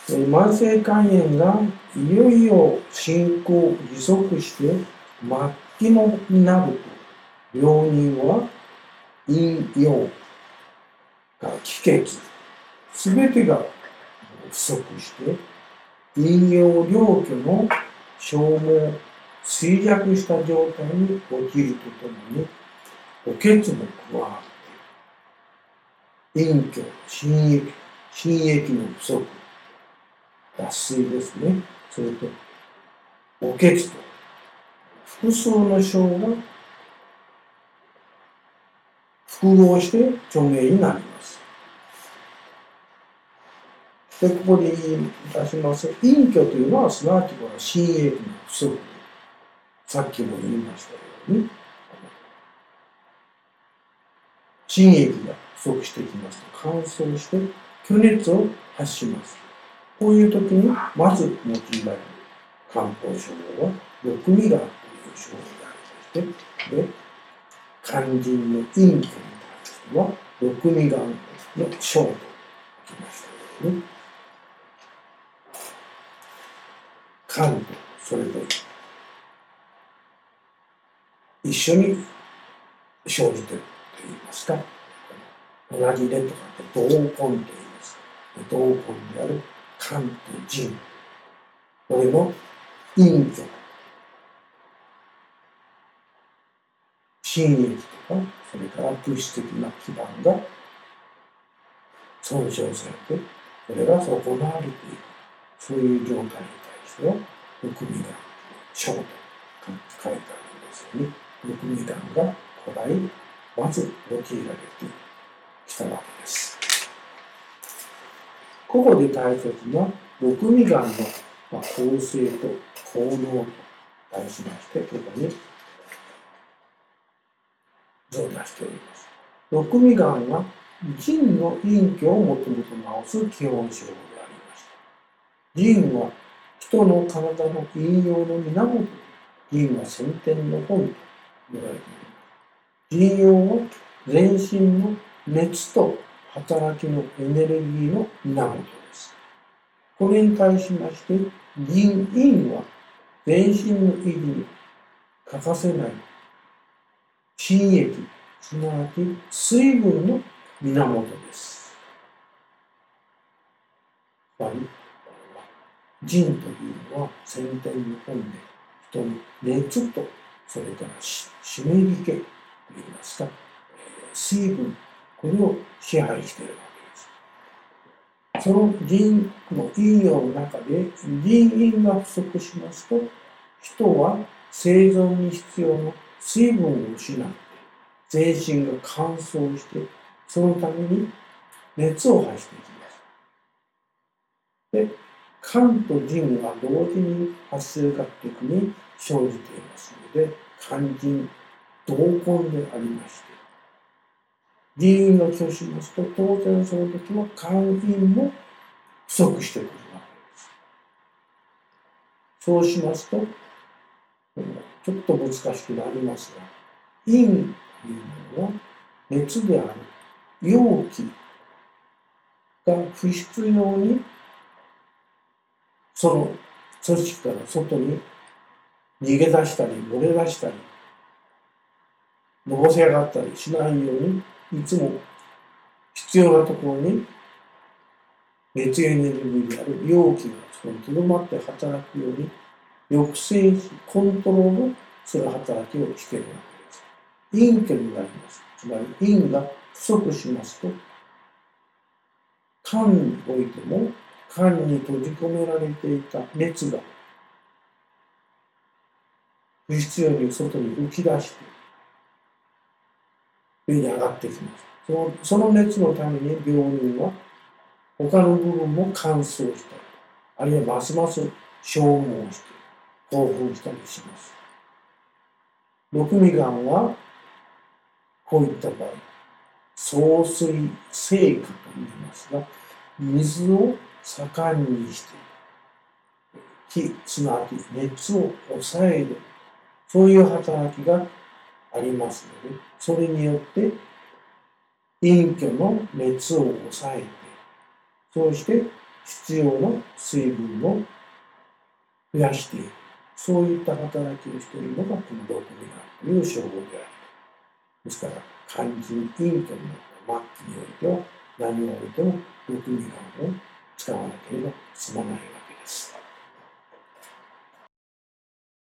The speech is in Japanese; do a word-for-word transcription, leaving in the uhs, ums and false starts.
慢性肝炎がいよいよ進行を持続して末期のになると、病人は陰陽が気血すべてが不足して陰陽両虚の消耗衰弱した状態に陥るとともに、お血も加わって陰虚、心液、心液の不足、脱水ですね。それとお血と複数の症が複合して著名になります。で、ここで言い出します。陰虚というのは、すなわちこの心液の不足。さっきも言いましたように、心液が不足してきますと乾燥して虚熱を発します。こういう時にまず用いられる漢方処方は六味丸という処方がありまして、で肝腎の陰虚に対しては六味丸の小と書きましたように、肝とそれと一緒に生じていると言いますか、同じでとかって同根と言います。同根である肝と腎、これの陰虚、心液とか、それから物質的な基盤が損傷されて、それが損なわれている、そういう状態に対しては、六味丸小と書いてあるんですよね。六味丸が古来、まず用いられてきたわけです。ここで大切な六味丸の構成と効能と題しまして、ここに図を出しております。六味丸は腎の陰虚をもともと治す基本手法でありました。腎は人の体の陰陽の源で、腎は先天の本と言われています。腎陽は全身の熱と働きのエネルギーの源です。これに対しまして、腎陰は全身の維持に欠かせない心液、すなわち水分の源です。つまり、腎というのは先天の本で、人の熱と、それから湿り気といいますか、水分、これを支配しているわけです。その腎の陰陽の中で、腎陰が不足しますと、人は生存に必要な水分を失って、全身が乾燥して、そのために熱を発していきます。で、肝と腎が同時に発生学的に生じていますので、肝腎同根でありまして、腎陰が拒しますと、当然その時は肝陰も不足してくるわけです。そうしますと、ちょっと難しくなりますが、陰というのは熱である陽気が不必要にその組織から外に逃げ出したり漏れ出したりのぼせ上がったりしないように、いつも必要なところに熱エネルギーである陽気がそこにとどまって働くように抑制しコントロールする働きをしているわけです。陰虚になります。つまり陰が不足しますと、肝においても肝に閉じ込められていた熱が不必要に外に浮き出して上に上がってきます。その、その熱のために病人は他の部分も乾燥したり、あるいはますます消耗して興奮したりします。六味丸はこういった場合、総水生化と言いますが、水を盛んにして火、すなわち熱を抑える、そういう働きがありますので、それによって陰虚の熱を抑えて、そうして必要な水分を増やしている。そういった働きをしているのがこのろくミランという称号である。ですから、肝腎隠居になった末期においては、何をおいてもろくミランを使わなければ済まないわ